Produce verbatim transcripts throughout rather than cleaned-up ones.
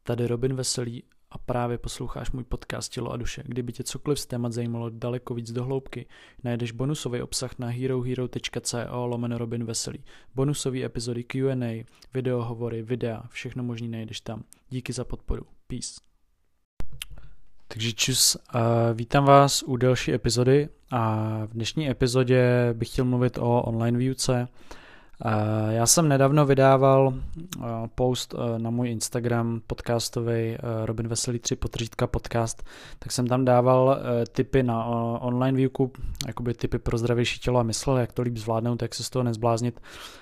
Tady Robin Veselý a právě posloucháš můj podcast Tělo a duše. Kdyby tě cokoliv z témat zajímalo daleko víc do hloubky, najdeš bonusový obsah na herohero.co lomeno Robin Veselý. Bonusové epizody Q and A, videohovory, videa, všechno možný najdeš tam. Díky za podporu. Peace. Takže čus, uh, vítám vás u další epizody a v dnešní epizodě bych chtěl mluvit o online výuce. Uh, já jsem nedávno vydával uh, post uh, na můj Instagram podcastový uh, Robin Veselý tři potržítka podcast, tak jsem tam dával uh, tipy na uh, online výuku, jakoby tipy pro zdravější tělo a mysl, jak to líp zvládnout, jak se z toho nezbláznit.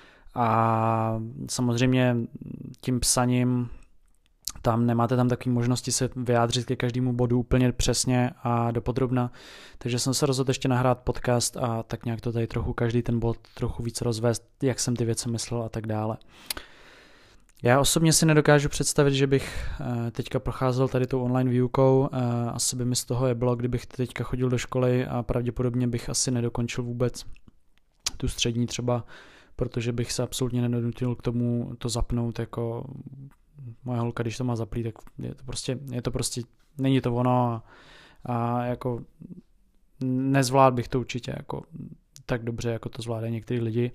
A samozřejmě tím psaním tam nemáte tam takové možnosti se vyjádřit ke každému bodu úplně přesně a dopodrobna, takže jsem se rozhodl ještě nahrát podcast a tak nějak to tady trochu každý ten bod trochu víc rozvést, jak jsem ty věci myslel a tak dále. Já osobně si nedokážu představit, že bych teďka procházel tady tou online výukou, asi by mi z toho je bylo, kdybych teďka chodil do školy a pravděpodobně bych asi nedokončil vůbec tu střední třeba, protože bych se absolutně nedonutil k tomu to zapnout jako moje holka, když to má zaplý, tak je to prostě, je to prostě, není to ono a, a jako nezvlád bych to určitě jako tak dobře, jako to zvládají některý lidi.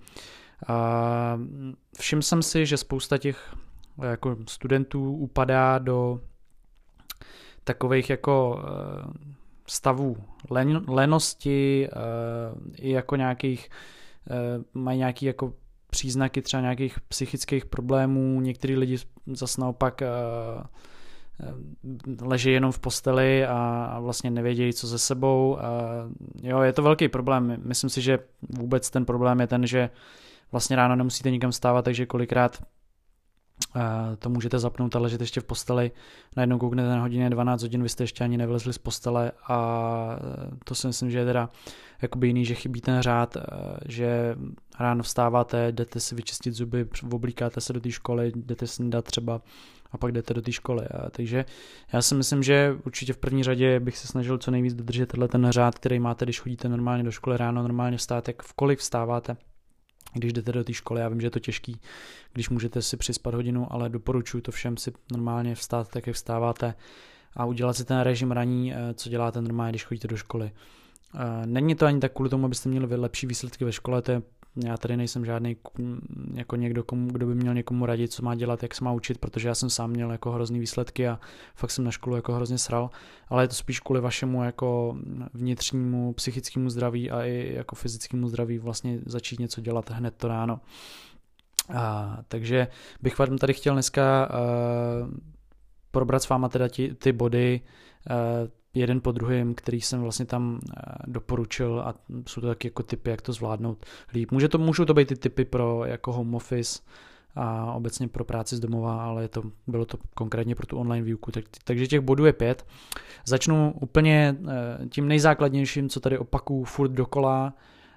A všiml jsem si, že spousta těch jako studentů upadá do takových jako stavů len, lenosti i jako nějakých, mají nějaký jako příznaky třeba nějakých psychických problémů, některý lidi zase naopak uh, leží jenom v posteli a, a vlastně nevědějí, co se sebou. Uh, jo, je to velký problém. Myslím si, že vůbec ten problém je ten, že vlastně ráno nemusíte nikam stávat, takže kolikrát uh, to můžete zapnout a ležet ještě v posteli. Najednou kouknete na hodině dvanáct hodin, vy jste ještě ani nevylezli z postele a to si myslím, že je teda jakoby jiný, že chybí ten řád, že ráno vstáváte, jdete si vyčistit zuby, oblíkáte se do té školy, jdete snídat třeba a pak jdete do té školy. A takže já si myslím, že určitě v první řadě bych se snažil co nejvíc dodržet tenhle ten řád, který máte, když chodíte normálně do školy ráno, normálně vstát, jak v kolik vstáváte, když jdete do té školy. Já vím, že je to těžký, když můžete si přispat hodinu, ale doporučuji to všem si normálně vstát, tak jak vstáváte a udělat si ten režim raní, co děláte normálně, když chodíte do školy. Není to ani tak kvůli tomu, abyste měli lepší výsledky ve škole, to je, já tady nejsem žádný jako někdo, komu, kdo by měl někomu radit, co má dělat, jak se má učit, protože já jsem sám měl jako hrozný výsledky a fakt jsem na školu jako hrozně sral, ale je to spíš kvůli vašemu jako vnitřnímu psychickému zdraví a i jako fyzickému zdraví vlastně začít něco dělat hned to ráno. A, takže bych vám tady chtěl dneska uh, probrat s váma teda ti, ty body, uh, jeden po druhém, který jsem vlastně tam doporučil a jsou to taky jako tipy, jak to zvládnout líp. Může to, můžou to být ty tipy pro jako home office a obecně pro práci z domova, ale je to, bylo to konkrétně pro tu online výuku. Tak, takže těch bodů je pět. Začnu úplně tím nejzákladnějším, co tady opakuju furt dokola.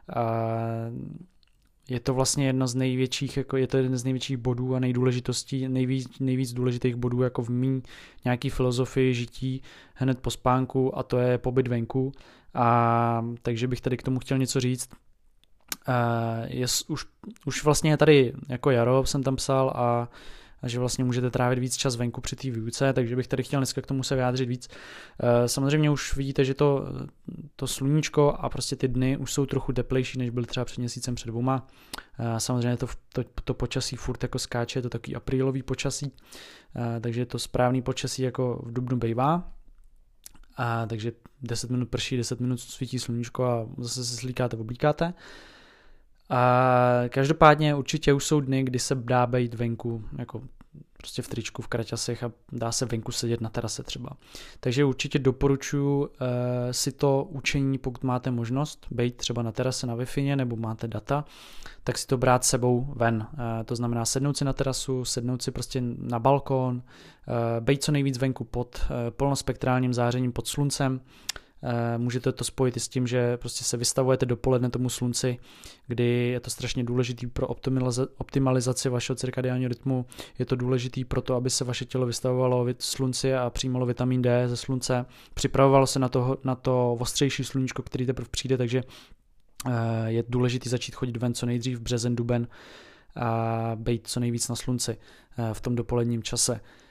Je to vlastně jedno z největších, jako je to jeden z největších bodů a nejdůležitostí, nejvíc, nejvíc důležitých bodů jako v mý nějaký filozofii žití hned po spánku a to je pobyt venku. A takže bych tady k tomu chtěl něco říct. Je, už, už vlastně tady jako jaro jsem tam psal a a že vlastně můžete trávit víc čas venku při té výuce, takže bych tady chtěl dneska k tomu se vyjádřit víc. Samozřejmě už vidíte, že to, to sluníčko a prostě ty dny už jsou trochu teplejší, než byly třeba před měsícem, před dvouma. Samozřejmě to, to, to počasí furt jako skáče, je to takový aprílový počasí, takže to správný počasí jako v dubnu bývá. A takže deset minut prší, deset minut svítí sluníčko a zase se slíkáte, oblíkáte. A každopádně určitě už jsou dny, kdy se dá být venku, jako prostě v tričku, v kraťasech a dá se venku sedět na terase třeba. Takže určitě doporučuji uh, si to učení, pokud máte možnost, být třeba na terase na Wi-Fi nebo máte data, tak si to brát sebou ven. Uh, to znamená sednout si na terasu, sednout si prostě na balkon, uh, být co nejvíc venku pod uh, plnospektrálním zářením pod sluncem. Můžete to spojit i s tím, že prostě se vystavujete dopoledne tomu slunci, kdy je to strašně důležitý pro optimalizaci vašeho cirkadiálního rytmu. Je to důležitý pro to, aby se vaše tělo vystavovalo slunci a přijímalo vitamin D ze slunce. Připravovalo se na to, na to ostřejší sluníčko, který teprve přijde, takže je důležitý začít chodit ven co nejdřív, březen, duben a být co nejvíc na slunci v tom dopoledním čase.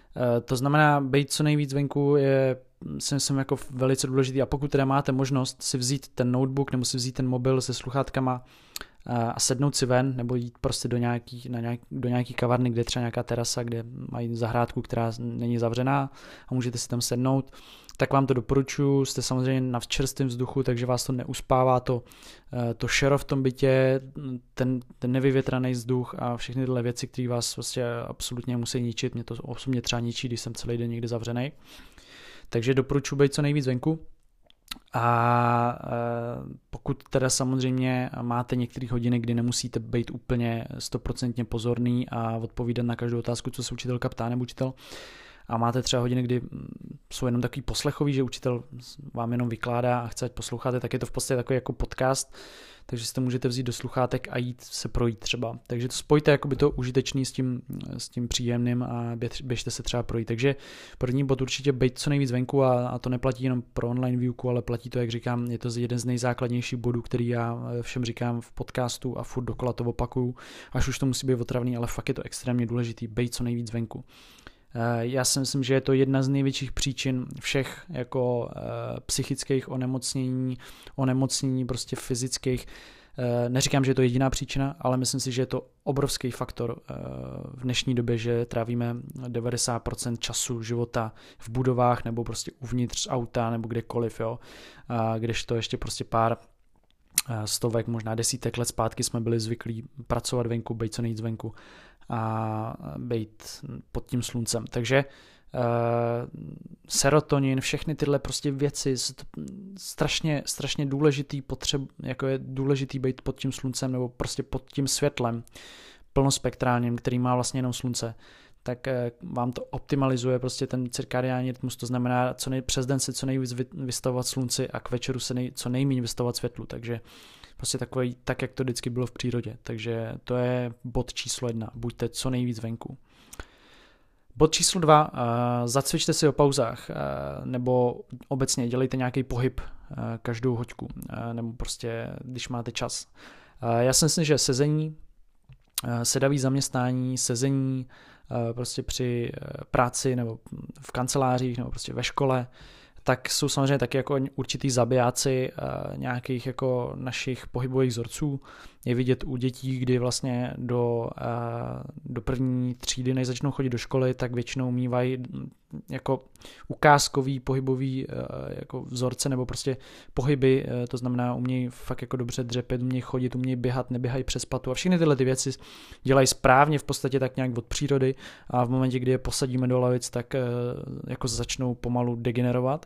To znamená, být co nejvíc venku je, si myslím, jako velice důležitý a pokud teda máte možnost si vzít ten notebook nebo si vzít ten mobil se sluchátkama a sednout si ven nebo jít prostě do nějaký, na nějaký, do nějaký kavárny, kde je třeba nějaká terasa, kde mají zahrádku, která není zavřená a můžete si tam sednout, tak vám to doporučuji, jste samozřejmě na čerstvém vzduchu, takže vás to neuspává, to, to šero v tom bytě, ten, ten nevyvětraný vzduch a všechny tyhle věci, které vás vlastně absolutně musí ničit, mě to osobně třeba ničí, když jsem celý den někde zavřený. Takže doporučuji být co nejvíc venku. A pokud teda samozřejmě máte některé hodiny, kdy nemusíte být úplně stoprocentně pozorný a odpovídat na každou otázku, co se učitelka ptá nebo učitel, a máte třeba hodiny, kdy jsou jenom takový poslechový, že učitel vám jenom vykládá a chce, ať posloucháte, tak je to v podstatě takový jako podcast, takže si to můžete vzít do sluchátek a jít se projít třeba. Takže to spojte jakoby to užitečný s tím, s tím příjemným a běžte se třeba projít. Takže první bod určitě být co nejvíc venku a, a to neplatí jenom pro online výuku, ale platí to, jak říkám, je to jeden z nejzákladnějších bodů, který já všem říkám v podcastu a furt dokola to opakuju, až už to musí být otravný, ale fakt je to extrémně důležitý, být co nejvíc venku. Já si myslím, že je to jedna z největších příčin všech jako uh, psychických onemocnění, onemocnění prostě fyzických. Uh, neříkám, že je to jediná příčina, ale myslím si, že je to obrovský faktor uh, v dnešní době, že trávíme devadesát procent času života v budovách nebo prostě uvnitř auta nebo kdekoliv, jo. Uh, kdežto ještě prostě pár stovek, možná desítek let zpátky jsme byli zvyklí pracovat venku, být co nejvíc venku a být pod tím sluncem. Takže uh, serotonin, všechny tyhle prostě věci, strašně, strašně důležitý potřeb, jako je důležitý být pod tím sluncem nebo prostě pod tím světlem plnospektrálním, který má vlastně jenom slunce, tak uh, vám to optimalizuje prostě ten cirkadiální rytmus, to znamená co nej, přes den se co nejvíc vystavovat slunci a k večeru se nej, co nejméně vystavovat světlu, takže prostě takový, tak, jak to vždycky bylo v přírodě. Takže to je bod číslo jedna. Buďte co nejvíc venku. Bod číslo dva. Uh, zacvičte si o pauzách, uh, nebo obecně dělejte nějaký pohyb uh, každou hoďku, uh, nebo prostě, když máte čas. Uh, já si myslím, že sezení, uh, sedavý zaměstnání, sezení uh, prostě při uh, práci nebo v kancelářích nebo prostě ve škole, tak jsou samozřejmě taky jako určitý zabijáci uh, nějakých jako našich pohybových vzorců. Je vidět u dětí, kdy vlastně do, uh, do první třídy, než začnou chodit do školy, tak většinou mívají jako ukázkový pohybový uh, jako vzorce nebo prostě pohyby, uh, to znamená umějí fakt jako dobře dřepet, umějí chodit, umějí běhat, neběhají přes patu a všechny tyhle ty věci dělají správně v podstatě tak nějak od přírody a v momentě, kdy je posadíme do lavic, tak uh, jako začnou pomalu degenerovat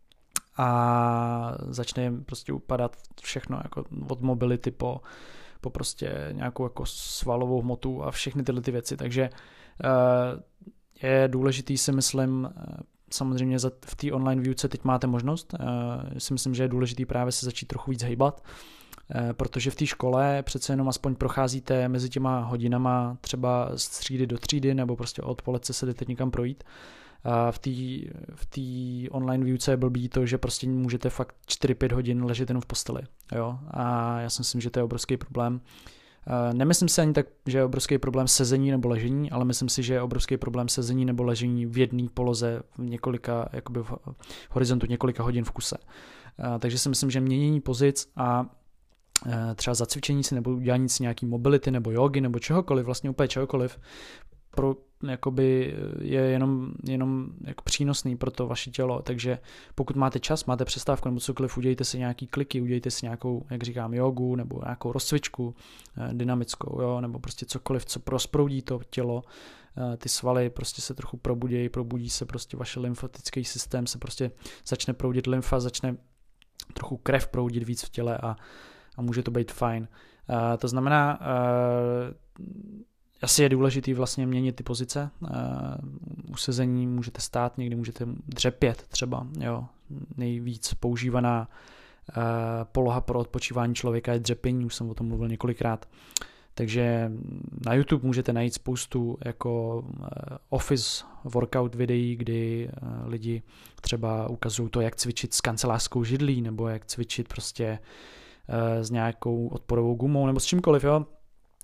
a začne jim prostě upadat všechno jako od mobility po, po prostě nějakou jako svalovou hmotu a všechny tyhle ty věci, takže uh, je důležitý si myslím, samozřejmě v té online výuce teď máte možnost, uh, si myslím, že je důležitý právě se začít trochu víc hejbat, uh, protože v té škole přece jenom aspoň procházíte mezi těma hodinama třeba z třídy do třídy nebo prostě odpoledne se jdete někam projít. A v té v té online výuce je blbý to, že prostě můžete fakt čtyři pět hodin ležet jenom v posteli. Jo? A já si myslím, že to je obrovský problém. Nemyslím si ani tak, že je obrovský problém sezení nebo ležení, ale myslím si, že je obrovský problém sezení nebo ležení v jedné poloze v několika, jakoby v horizontu několika hodin v kuse. Takže si myslím, že měnění pozic a třeba zacvičení si nebo udělání si nějaký mobility nebo jogy nebo čehokoliv, vlastně úplně čehokoliv, pro, jakoby je jenom, jenom jako přínosný pro to vaše tělo, takže pokud máte čas, máte přestávku nebo cokoliv, udělejte si nějaký kliky, udělejte si nějakou, jak říkám, jogu nebo nějakou rozcvičku eh, dynamickou, jo, nebo prostě cokoliv, co rozproudí to tělo, eh, ty svaly prostě se trochu probudějí, probudí se prostě vaše lymfatický systém, se prostě začne proudit lymfa, začne trochu krev proudit víc v těle a, a může to být fajn. Eh, to znamená, eh, asi je důležitý vlastně měnit ty pozice. Uh, u sezení můžete stát, někdy můžete dřepět třeba. Jo. Nejvíc používaná uh, poloha pro odpočívání člověka je dřepění, už jsem o tom mluvil několikrát. Takže na YouTube můžete najít spoustu jako uh, office workout videí, kdy uh, lidi třeba ukazují to, jak cvičit s kancelářskou židlí, nebo jak cvičit prostě uh, s nějakou odporovou gumou, nebo s čímkoliv, jo.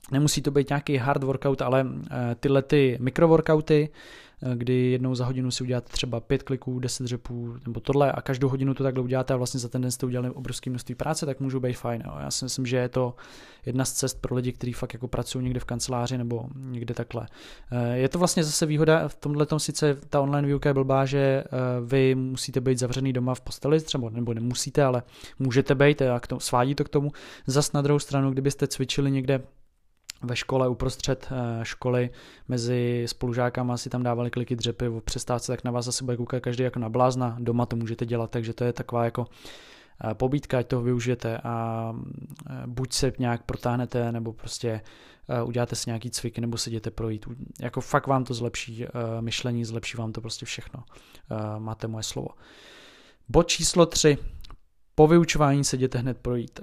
Nemusí to být nějaký hard workout, ale tyhle ty mikroworkouty, kdy jednou za hodinu si uděláte třeba pět kliků, deset dřepů nebo tohle a každou hodinu to takhle uděláte a vlastně za ten den jste udělali obrovské množství práce, tak můžou být fajn. Jo. Já si myslím, že je to jedna z cest pro lidi, kteří fakt jako pracují někde v kanceláři nebo někde takhle. Je to vlastně zase výhoda, v tomhletom sice ta online výuka je blbá, že vy musíte být zavřený doma v posteli třeba, nebo nemusíte, ale můžete být a k tomu, svádí to k tomu. Zas na druhou stranu, kdybyste cvičili někde ve škole uprostřed školy mezi spolužákama si tam dávali kliky dřepy o přestávce, tak na vás zase bude koukat každý jako na blázna, doma to můžete dělat, takže to je taková jako pobídka, ať toho využijete a buď se nějak protáhnete, nebo prostě uděláte si nějaký cviky, nebo se jděte projít. Jako fakt vám to zlepší myšlení, zlepší vám to prostě všechno. Máte moje slovo. Bod číslo tři. Po vyučování se jděte hned projít.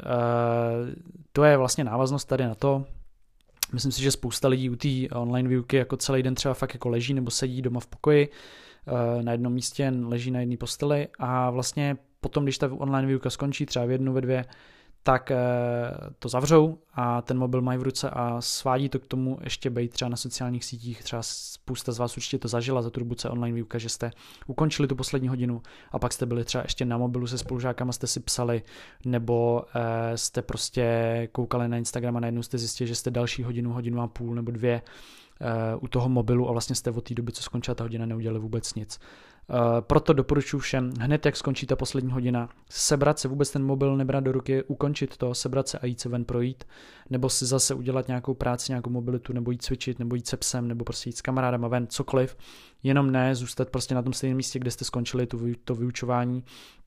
To je vlastně návaznost tady na to. Myslím si, že spousta lidí u té online výuky jako celý den třeba fakt jako leží nebo sedí doma v pokoji na jednom místě, leží na jedné posteli a vlastně potom, když ta online výuka skončí, třeba v jednu, ve dvě, tak to zavřou a ten mobil mají v ruce a svádí to k tomu ještě být třeba na sociálních sítích. Třeba spousta z vás určitě to zažila za tu dobu, co je online výuka, že jste ukončili tu poslední hodinu a pak jste byli třeba ještě na mobilu se spolužákama, jste si psali, nebo jste prostě koukali na Instagram a najednou jste zjistili, že jste další hodinu, hodinu a půl nebo dvě u toho mobilu a vlastně jste od té doby, co skončila ta hodina, neudělali vůbec nic. Uh, proto doporučuji všem, hned jak skončí ta poslední hodina, sebrat se, vůbec ten mobil nebrat do ruky, ukončit to, sebrat se a jít se ven projít, nebo si zase udělat nějakou práci, nějakou mobilitu, nebo jít cvičit, nebo jít se psem, nebo prostě jít s kamarádama ven, cokoliv, jenom ne zůstat prostě na tom stejném místě, kde jste skončili tu, to vyučování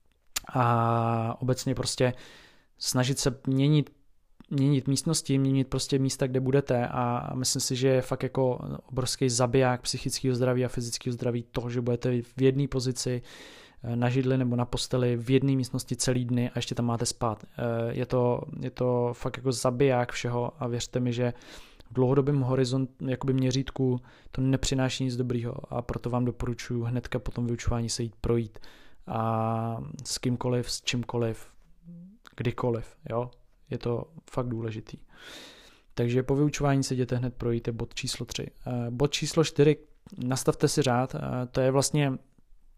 a obecně prostě snažit se měnit měnit místnosti, měnit prostě místa, kde budete a myslím si, že je fakt jako obrovský zabiják psychického zdraví a fyzického zdraví to, že budete v jedné pozici na židli nebo na posteli v jedné místnosti celý dny a ještě tam máte spát. Je to, je to fakt jako zabiják všeho a věřte mi, že v dlouhodobém horizont, jakoby měřítku to nepřináší nic dobrýho a proto vám doporučuji hnedka po tom vyučování se jít projít a s kýmkoliv, s čímkoliv, kdykoliv, jo. Je to fakt důležitý. Takže po vyučování se jděte hned projít, je bod číslo tři. Uh, bod číslo čtyři, nastavte si řád. Uh, to je vlastně uh,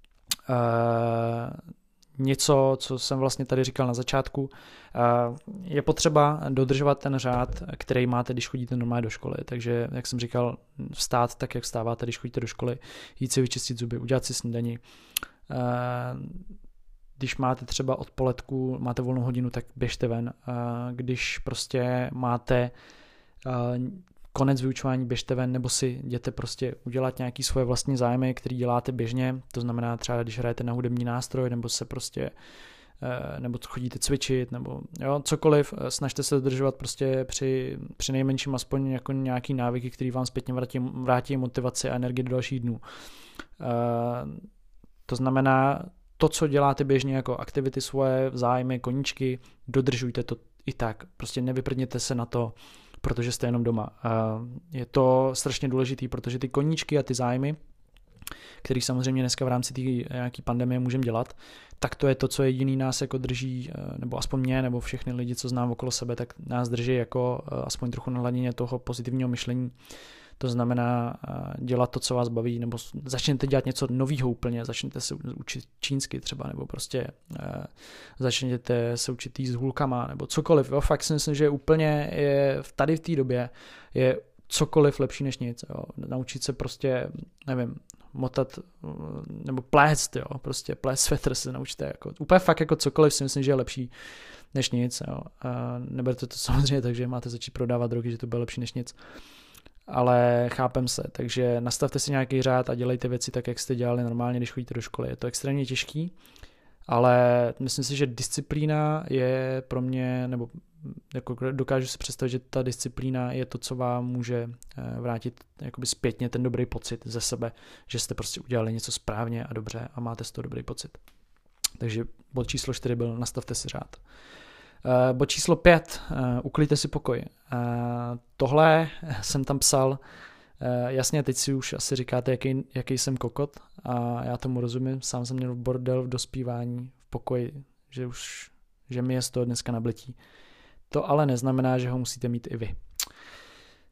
něco, co jsem vlastně tady říkal na začátku. Uh, je potřeba dodržovat ten řád, který máte, když chodíte normálně do školy. Takže, jak jsem říkal, vstát tak, jak vstáváte, když chodíte do školy, jít si vyčistit zuby, udělat si snídani. Uh, Když máte třeba odpoledku, máte volnou hodinu, tak běžte ven. Když prostě máte konec vyučování, běžte ven, nebo si jděte prostě udělat nějaký svoje vlastní zájmy, který děláte běžně. To znamená třeba, když hrajete na hudební nástroj, nebo se prostě nebo chodíte cvičit, nebo jo, cokoliv, snažte se dodržovat prostě při, při nejmenším aspoň jako nějaký návyky, který vám zpětně vrátí, vrátí motivaci a energii do dalších dnů. To znamená, to, co děláte běžně jako aktivity svoje, zájmy, koníčky, dodržujte to i tak. Prostě nevyprdněte se na to, protože jste jenom doma. Je to strašně důležitý, protože ty koníčky a ty zájmy, který samozřejmě dneska v rámci té nějaký pandemie můžeme dělat, tak to je to, co jediný nás jako drží, nebo aspoň mě, nebo všechny lidi, co znám okolo sebe, tak nás drží jako aspoň trochu na hladině toho pozitivního myšlení. To znamená dělat to, co vás baví, nebo začněte dělat něco nového úplně, začněte se učit čínsky třeba, nebo prostě uh, začněte se učit jíst s hůlkama, nebo cokoliv. Jo, fakt si myslím, že úplně je, tady v té době je cokoliv lepší než nic. Jo. Naučit se prostě, nevím, motat, nebo plést, jo, prostě plést svetr se naučte. Jako, úplně fakt jako cokoliv si myslím, že je lepší než nic. Jo. A neberte to samozřejmě tak, že máte začít prodávat drogy, že to bude lepší než nic. Ale chápem se, takže nastavte si nějaký řád a dělejte věci tak, jak jste dělali normálně, když chodíte do školy. Je to extrémně těžký, ale myslím si, že disciplína je pro mě, nebo jako dokážu si představit, že ta disciplína je to, co vám může vrátit jakoby zpětně ten dobrý pocit ze sebe, že jste prostě udělali něco správně a dobře a máte z toho dobrý pocit. Takže bod číslo čtyři byl nastavte si řád. Uh, bod číslo pět, uh, uklidte si pokoj. Uh, tohle jsem tam psal, uh, jasně teď si už asi říkáte, jaký, jaký jsem kokot a já tomu rozumím, sám jsem měl bordel v dospívání, v pokoji, že už, že mi je z toho dneska nabletí. To ale neznamená, že ho musíte mít i vy.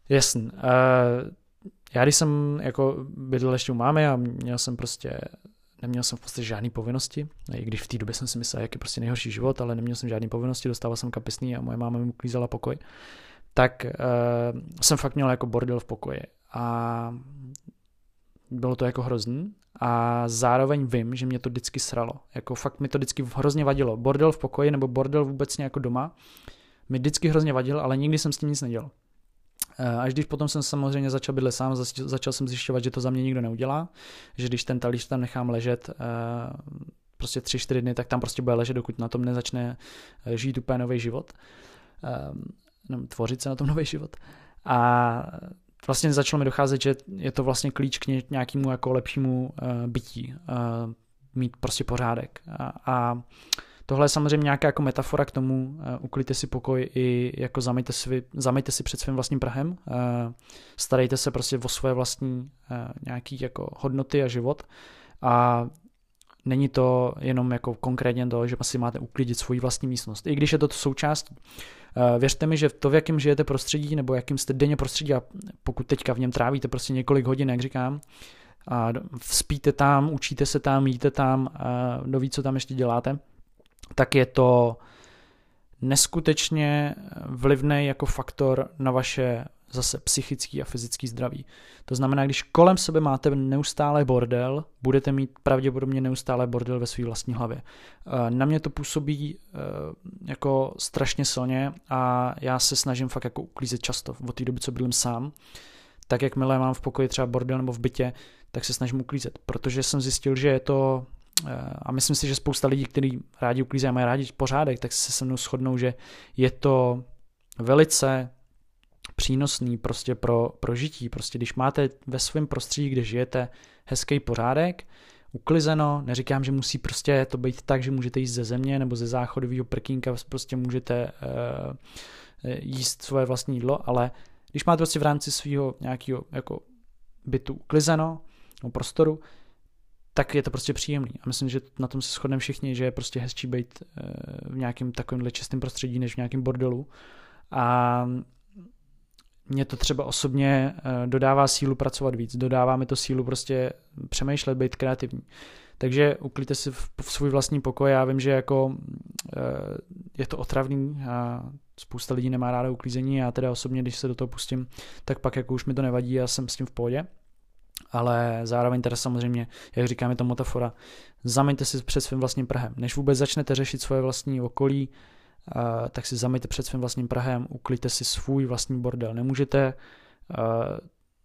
Jasný. Uh, já když jsem jako bydlel ještě u mámy a měl jsem prostě, neměl jsem v podstatě žádný povinnosti, i když v té době jsem si myslel, jak je prostě nejhorší život, ale neměl jsem žádný povinnosti, dostával jsem kapesný a moje máma mi uklízela pokoj, tak uh, jsem fakt měl jako bordel v pokoji a bylo to jako hrozný a zároveň vím, že mě to vždycky sralo, jako fakt mi to vždycky hrozně vadilo, bordel v pokoji nebo bordel vůbec jako doma, mi vždycky hrozně vadil, ale nikdy jsem s tím nic nedělal. Až když potom jsem samozřejmě začal bydlet sám, začal jsem zjišťovat, že to za mě nikdo neudělá, že když ten talíř tam nechám ležet prostě tři, čtyři dny, tak tam prostě bude ležet, dokud na tom nezačne žít úplně nový život, nebo tvořit se na tom nový život. A vlastně začalo mi docházet, že je to vlastně klíč k nějakému jako lepšímu bytí, mít prostě pořádek. A, a tohle je samozřejmě nějaká jako metafora k tomu, uh, uklidte si pokoj i jako zamejte si, zamejte si před svým vlastním prahem, uh, starejte se prostě o svoje vlastní uh, nějaký jako hodnoty a život a není to jenom jako konkrétně to, že si máte uklidit svoji vlastní místnost, i když je to součástí. Uh, věřte mi, že to, v jakém žijete prostředí nebo jakým jste denně prostředí a pokud teďka v něm trávíte prostě několik hodin, jak říkám, a spíte tam, učíte se tam, jíte tam, uh, kdo ví, co tam ještě děláte, tak je to neskutečně vlivný jako faktor na vaše zase psychický a fyzický zdraví. To znamená, když kolem sebe máte neustále bordel, budete mít pravděpodobně neustále bordel ve své vlastní hlavě. Na mě to působí jako strašně silně a já se snažím fakt jako uklízet často. Od té doby, co bydlím sám, tak jakmile mám v pokoji třeba bordel nebo v bytě, tak se snažím uklízet, protože jsem zjistil, že je to a myslím si, že spousta lidí, kteří rádi uklízejí a mají rádi pořádek, tak se se mnou shodnou, že je to velice přínosný prostě pro, pro žití. Prostě když máte ve svém prostředí, kde žijete, hezký pořádek, uklizeno, neříkám, že musí prostě to být tak, že můžete jíst ze země nebo ze záchodového prkínka, prostě můžete uh, jíst svoje vlastní jídlo, ale když máte prostě v rámci svého nějakého jako bytu uklizeno, nebo prostoru, tak je to prostě příjemný. A myslím, že na tom se shodneme všichni, že je prostě hezčí být v nějakém takovémhle čistém prostředí, než v nějakém bordelu. A mě to třeba osobně dodává sílu pracovat víc, dodává mi to sílu prostě přemýšlet, být kreativní. Takže uklidte si v, v svůj vlastní pokoj. Já vím, že jako je to otravný a spousta lidí nemá ráda uklízení. Já teda osobně, když se do toho pustím, tak pak jako už mi to nevadí, já jsem s tím v pohodě. Ale zároveň teda samozřejmě, jak říkám, je to metafora, zameňte si před svým vlastním prahem. Než vůbec začnete řešit svoje vlastní okolí, uh, tak si zameňte před svým vlastním prahem, uklidte si svůj vlastní bordel. Nemůžete, uh,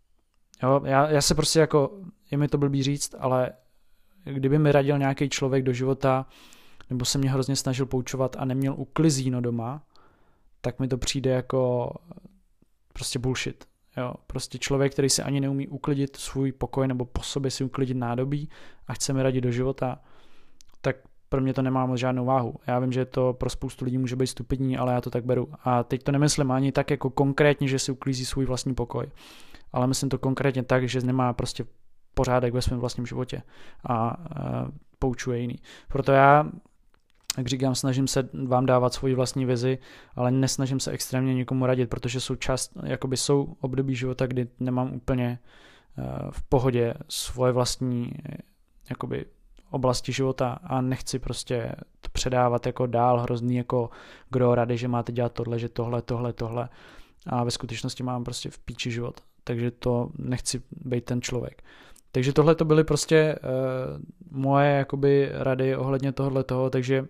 jo, já, já se prostě jako, je mi to blbý říct, ale kdyby mi radil nějaký člověk do života, nebo se mě hrozně snažil poučovat a neměl uklizíno doma, tak mi to přijde jako prostě bullshit. Jo, prostě člověk, který si ani neumí uklidit svůj pokoj nebo po sobě si uklidit nádobí a chce mi radit do života, tak pro mě to nemá moc žádnou váhu. Já vím, že to pro spoustu lidí může být stupidní, ale já to tak beru. A teď to nemyslím ani tak jako konkrétně, že si uklízí svůj vlastní pokoj, ale myslím to konkrétně tak, že nemá prostě pořádek ve svém vlastním životě a, a poučuje jiný. Proto já, jak říkám, snažím se vám dávat svoji vlastní vizi, ale nesnažím se extrémně nikomu radit, protože jsou čas, jakoby jsou období života, kdy nemám úplně uh, v pohodě svoje vlastní jakoby oblasti života a nechci prostě to předávat jako dál hrozný jako kdo rady, že máte dělat tohle, že tohle, tohle, tohle a ve skutečnosti mám prostě v píči život, takže to nechci být ten člověk. Takže tohle to byly prostě uh, moje jakoby rady ohledně tohle toho, takže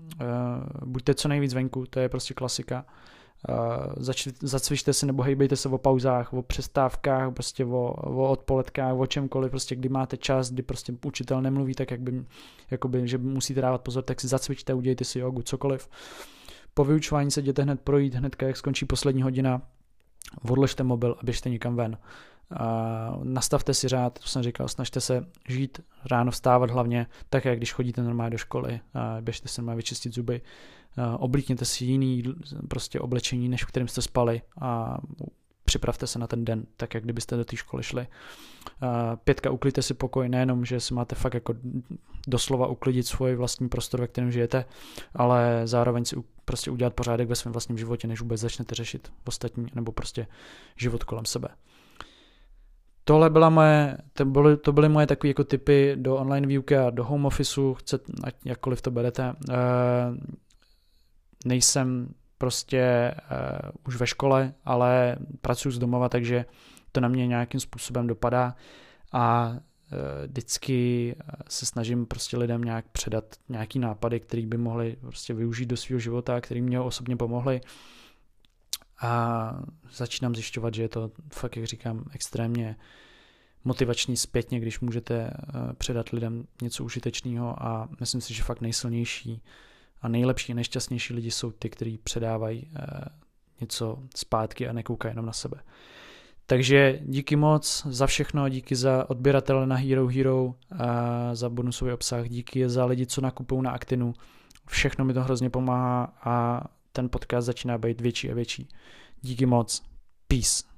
Uh, buďte co nejvíc venku, to je prostě klasika. Uh, zač, zacvičte si nebo hejbejte se o pauzách, o přestávkách, prostě o, o odpoledkách, o čemkoliv, prostě kdy máte čas, kdy prostě učitel nemluví tak, jak by, jakoby, že musíte dávat pozor, tak si zacvičte, udějte si jogu, cokoliv. Po vyučování se jděte hned projít, hnedka jak skončí poslední hodina, odložte mobil a běžte někam ven. Uh, nastavte si řád, to jsem říkal, snažte se žít, ráno vstávat hlavně, tak jak když chodíte normálně do školy, uh, běžte se normálně vyčistit zuby, uh, oblíkněte si jiný prostě oblečení, než v kterém jste spali a připravte se na ten den, tak jak kdybyste do té školy šli. Pětka, uklidte si pokoj, nejenom, že si máte fakt jako doslova uklidit svůj vlastní prostor, ve kterém žijete, ale zároveň si prostě udělat pořádek ve svém vlastním životě, než vůbec začnete řešit ostatní, nebo prostě život kolem sebe. Tohle byla moje, to byly, to byly moje takové jako tipy do online výuky a do home officeu, chcete, jakkoliv to berete. Nejsem prostě uh, už ve škole, ale pracuji z domova, takže to na mě nějakým způsobem dopadá a uh, vždycky se snažím prostě lidem nějak předat nějaký nápady, který by mohli prostě využít do svého života, který mě osobně pomohly. A začínám zjišťovat, že je to fakt, jak říkám, extrémně motivační zpětně, když můžete uh, předat lidem něco užitečného a myslím si, že fakt nejsilnější a nejlepší a nejšťastnější lidi jsou ty, kteří předávají eh, něco zpátky a nekoukají jenom na sebe. Takže díky moc za všechno, díky za odběratele na Hero Hero, a za bonusový obsah, díky za lidi, co nakupují na Actinu. Všechno mi to hrozně pomáhá a ten podcast začíná být větší a větší. Díky moc. Peace.